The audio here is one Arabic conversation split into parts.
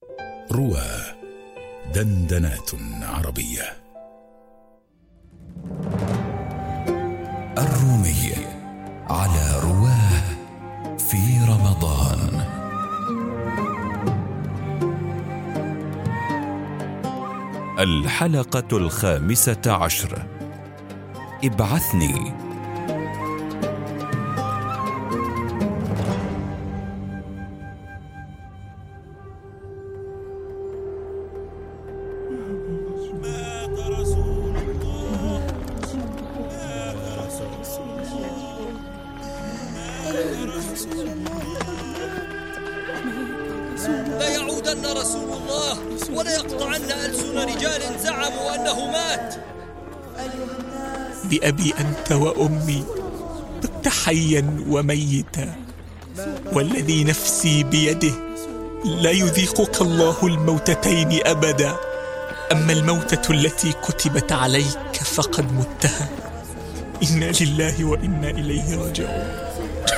روى دندنات عربية. الرومي على رواه في رمضان. الحلقة 15. ابعثني. لا يعودن رسول الله ولا يقطعن ألسن رجال زعموا أنه مات. بأبي أنت وأمي بت حيا وميتا، والذي نفسي بيده لا يذيقك الله الموتتين أبدا. أما الموتة التي كتبت عليك فقد متها. إنا لله وإنا إليه راجعون.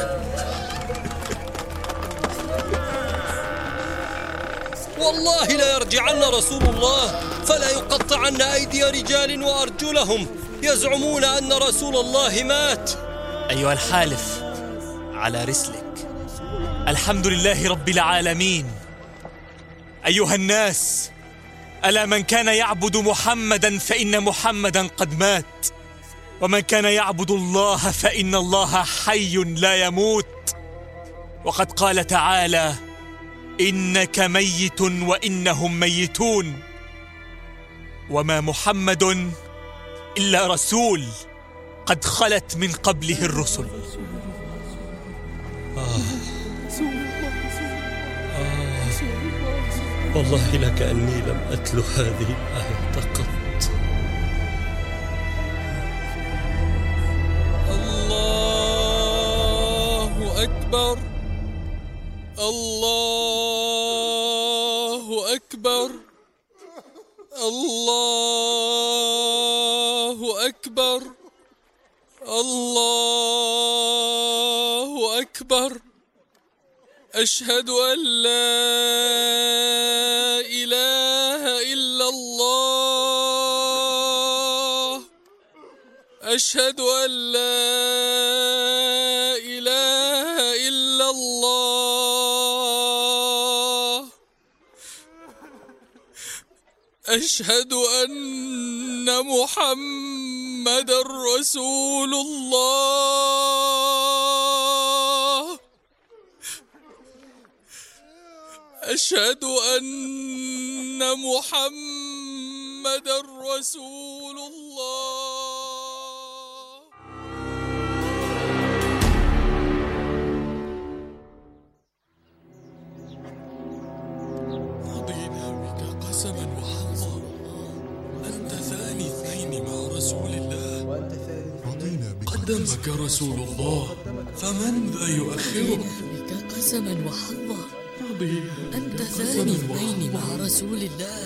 والله لا يرجعن رسول الله فلا يقطعن أيدي رجال وأرجلهم يزعمون أن رسول الله مات. أيها الحالف على رسلك، الحمد لله رب العالمين. أيها الناس، ألا من كان يعبد محمدا فإن محمدا قد مات، ومن كان يعبد الله فإن الله حي لا يموت. وقد قال تعالى: إنك ميت وإنهم ميتون، وما محمد إلا رسول قد خلت من قبله الرسل. والله لكأني لم أتل هذه الآية قط. الله أكبر، الله أكبر، الله أكبر، الله أكبر. أشهد أن لا إله إلا الله، أشهد أن لا إله إلا الله، أشهد أن محمدًا رسول الله، أشهد أن محمدًا رسول الله. رضينا بك قسما وحظا، أنت ثاني اثنين مع رسول الله، قدمك رسول الله، فمن ذا يؤخرك؟ بك قسما وحظا، أنت ثاني اثنين مع رسول الله.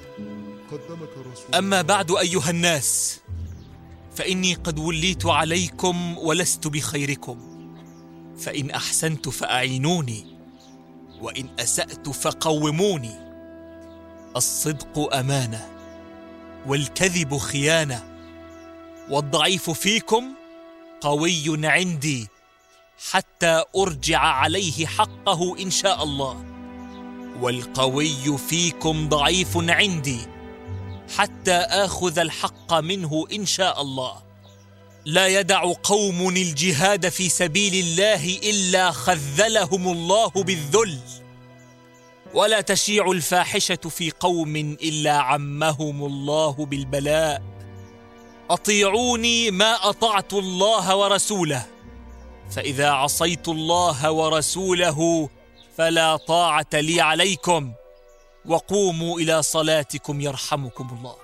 أما بعد أيها الناس، فإني قد وليت عليكم ولست بخيركم، فإن أحسنت فأعينوني، وإن أسأت فقوموني. الصدق أمانة، والكذب خيانة، والضعيف فيكم قوي عندي، حتى أرجع عليه حقه إن شاء الله، والقوي فيكم ضعيف عندي، حتى آخذ الحق منه إن شاء الله. لا يدع قوم الجهاد في سبيل الله إلا خذلهم الله بالذل، ولا تشيع الفاحشة في قوم إلا عمهم الله بالبلاء. أطيعوني ما أطعت الله ورسوله، فإذا عصيت الله ورسوله فلا طاعة لي عليكم، وقوموا إلى صلاتكم يرحمكم الله.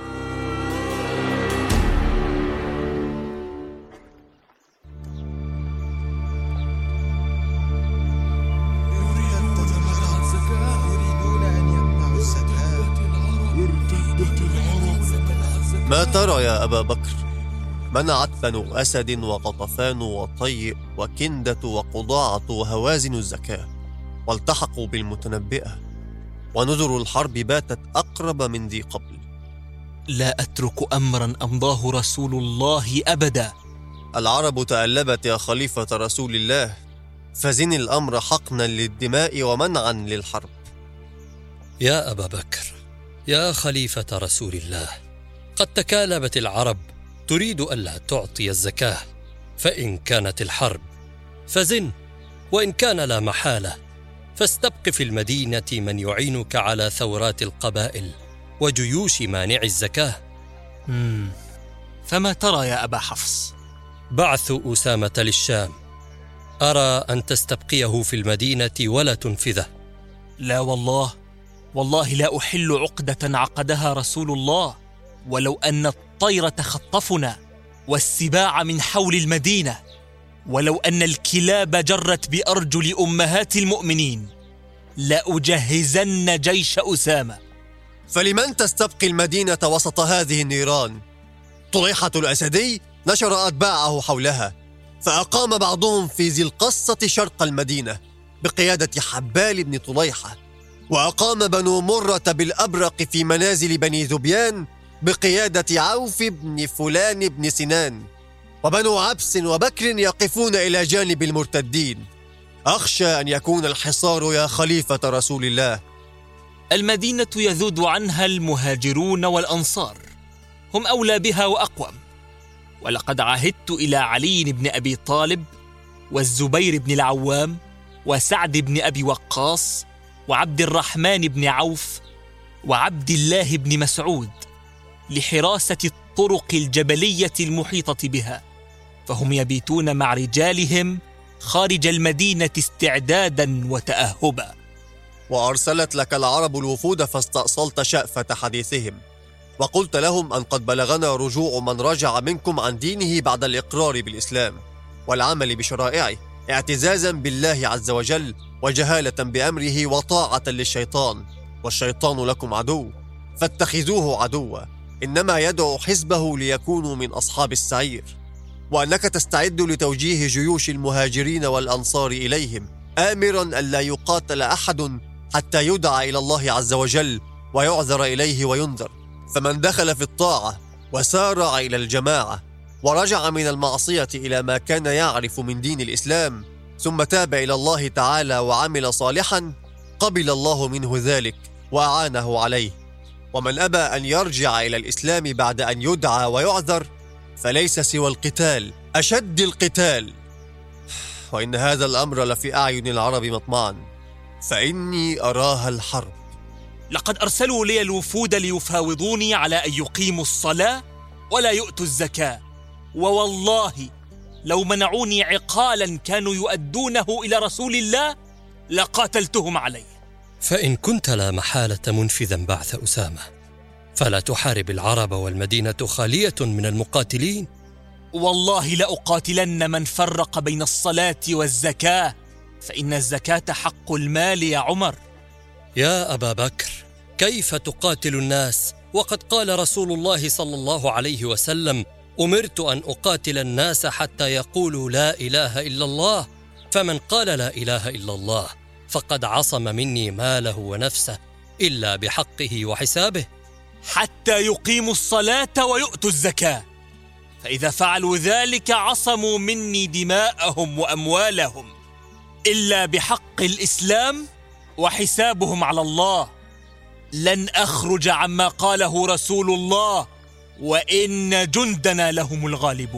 ما ترى يا أبا بكر؟ منعت بنو أسد وغطفان وطي وكندة وقضاعة وهوازن الزكاة، والتحقوا بالمتنبئة، ونذر الحرب باتت أقرب من ذي قبل. لا أترك أمرا أمضاه رسول الله أبدا. العرب تألبت يا خليفة رسول الله، فزن الأمر حقنا للدماء ومنعا للحرب. يا أبا بكر، يا خليفة رسول الله، قد تكالبت العرب تريد ألا تعطي الزكاة، فإن كانت الحرب فزن، وإن كان لا محالة فاستبق في المدينة من يعينك على ثورات القبائل وجيوش مانع الزكاة. فما ترى يا أبا حفص؟ بعث أسامة للشام، أرى أن تستبقيه في المدينة ولا تنفذه. لا والله لا أحل عقدة عقدها رسول الله، ولو أن الطير تخطفنا والسباع من حول المدينة، ولو أن الكلاب جرت بأرجل أمهات المؤمنين، لأجهزن جيش أسامة. فلمن تستبقي المدينة وسط هذه النيران؟ طليحة الأسدي نشر أتباعه حولها، فأقام بعضهم في ذي القصة شرق المدينة بقيادة حبال بن طليحة، وأقام بنو مرة بالأبرق في منازل بني ذبيان بقيادة عوف بن فلان بن سنان، وبنو عبس وبكر يقفون إلى جانب المرتدين. أخشى أن يكون الحصار يا خليفة رسول الله. المدينة يذود عنها المهاجرون والأنصار، هم أولى بها وأقوم. ولقد عهدت إلى علي بن أبي طالب والزبير بن العوام وسعد بن أبي وقاص وعبد الرحمن بن عوف وعبد الله بن مسعود لحراسة الطرق الجبلية المحيطة بها، فهم يبيتون مع رجالهم خارج المدينة استعدادا وتأهبا. وأرسلت لك العرب الوفود فاستأصلت شأفة حديثهم، وقلت لهم أن قد بلغنا رجوع من رجع منكم عن دينه بعد الإقرار بالإسلام والعمل بشرائعه، اعتزازا بالله عز وجل وجهالة بأمره وطاعة للشيطان، والشيطان لكم عدو فاتخذوه عدوا، إنما يدعو حزبه ليكونوا من أصحاب السعير. وأنك تستعد لتوجيه جيوش المهاجرين والأنصار إليهم، آمرا ألا يقاتل أحد حتى يدعى إلى الله عز وجل ويعذر إليه وينذر. فمن دخل في الطاعة وسارع إلى الجماعة ورجع من المعصية إلى ما كان يعرف من دين الإسلام، ثم تاب إلى الله تعالى وعمل صالحا، قبل الله منه ذلك وأعانه عليه. ومن أبى أن يرجع إلى الإسلام بعد أن يدعى ويعذر، فليس سوى القتال، أشد القتال. وإن هذا الأمر لفي أعين العرب مطمعا، فإني أراها الحرب. لقد أرسلوا لي الوفود ليفاوضوني على أن يقيموا الصلاة ولا يؤتوا الزكاة، ووالله لو منعوني عقالا كانوا يؤدونه إلى رسول الله لقاتلتهم عليه. فإن كنت لا محالة منفذا بعث أسامة، فلا تحارب العرب والمدينة خالية من المقاتلين. والله لأقاتلن من فرق بين الصلاة والزكاة، فإن الزكاة حق المال يا عمر. يا أبا بكر، كيف تقاتل الناس وقد قال رسول الله صلى الله عليه وسلم: أمرت أن أقاتل الناس حتى يقولوا لا إله إلا الله، فمن قال لا إله إلا الله فقد عصم مني ماله ونفسه إلا بحقه وحسابه. حتى يقيموا الصلاة ويؤتوا الزكاة، فإذا فعلوا ذلك عصموا مني دماءهم وأموالهم إلا بحق الإسلام وحسابهم على الله. لن أخرج عما قاله رسول الله، وإن جندنا لهم الغالبون.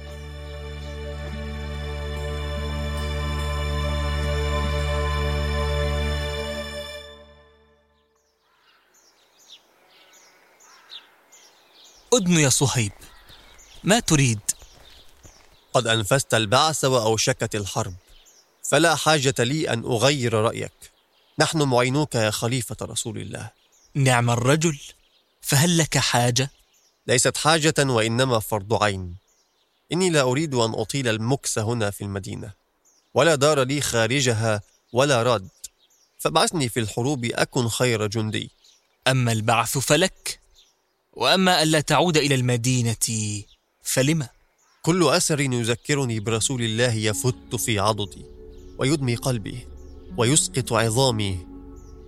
أدن يا صهيب، ما تريد؟ قد أنفذت البعث وأوشكت الحرب، فلا حاجة لي أن أغير رأيك. نحن معينوك يا خليفة رسول الله. نعم الرجل، فهل لك حاجة؟ ليست حاجة وإنما فرض عين. إني لا أريد أن أطيل المكث هنا في المدينة، ولا دار لي خارجها ولا راد، فابعثني في الحروب أكن خير جندي. أما البعث فلك، وأما ألا تعود إلى المدينة فلما؟ كل أثر يذكرني برسول الله يفت في عضدي ويدمي قلبي ويسقط عظامي،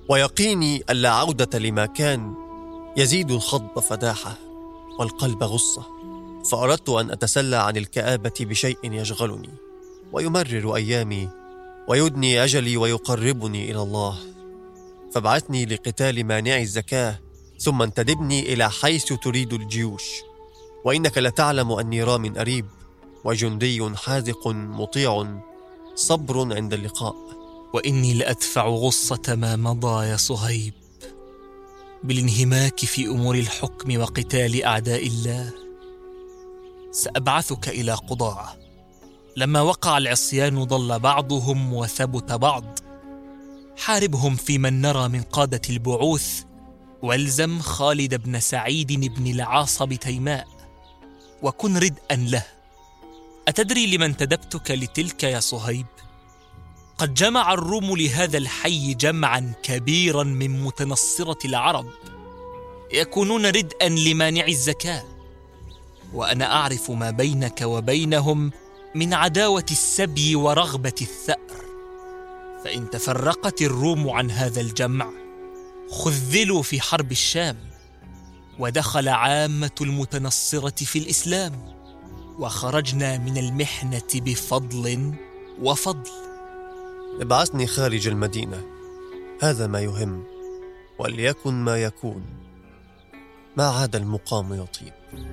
ويقيني ألا عودة لما كان يزيد الخض فداحة والقلب غصة، فأردت أن أتسلى عن الكآبة بشيء يشغلني ويمرر أيامي ويدني أجلي ويقربني إلى الله. فابعثني لقتال مانعي الزكاة، ثم انتدبني إلى حيث تريد الجيوش، وإنك لتعلم أني رام أريب وجندي حاذق مطيع صبر عند اللقاء. وإني لأدفع غصة ما مضى يا صهيب بالانهماك في أمور الحكم وقتال أعداء الله. سأبعثك إلى قضاعة. لما وقع العصيان ضل بعضهم وثبت بعض. حاربهم في من نرى من قادة البعوث، والزم خالد بن سعيد بن العاص بتيماء، وكن ردءا له. أتدري لمن تدبتك لتلك يا صهيب؟ قد جمع الروم لهذا الحي جمعا كبيرا من متنصرة العرب يكونون ردءا لمانع الزكاة، وأنا أعرف ما بينك وبينهم من عداوة السبي ورغبة الثأر. فإن تفرقت الروم عن هذا الجمع خذلوا في حرب الشام، ودخل عامة المتنصرة في الإسلام، وخرجنا من المحنة بفضل وفضل. ابعثني خارج المدينة، هذا ما يهم، وليكن ما يكون، ما عاد المقام يطيب.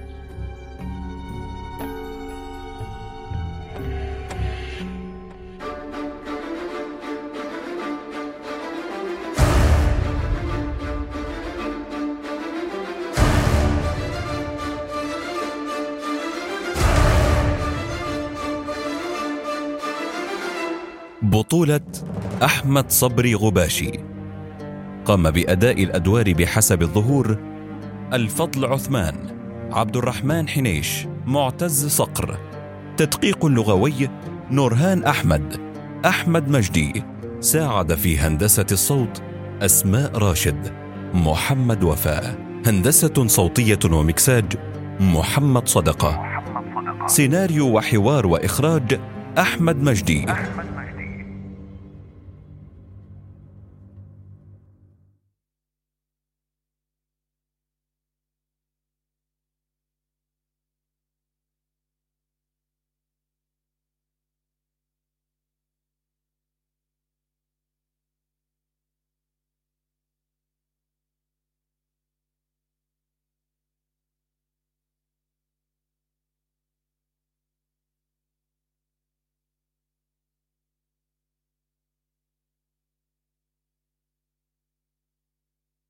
بطولة أحمد صبري غباشي. قام بأداء الأدوار بحسب الظهور: الفضل عثمان، عبد الرحمن حنيش، معتز صقر. تدقيق لغوي: نورهان أحمد، أحمد مجدي. ساعد في هندسة الصوت: أسماء راشد، محمد وفاء. هندسة صوتية ومكساج: محمد صدقة. سيناريو وحوار وإخراج: أحمد مجدي.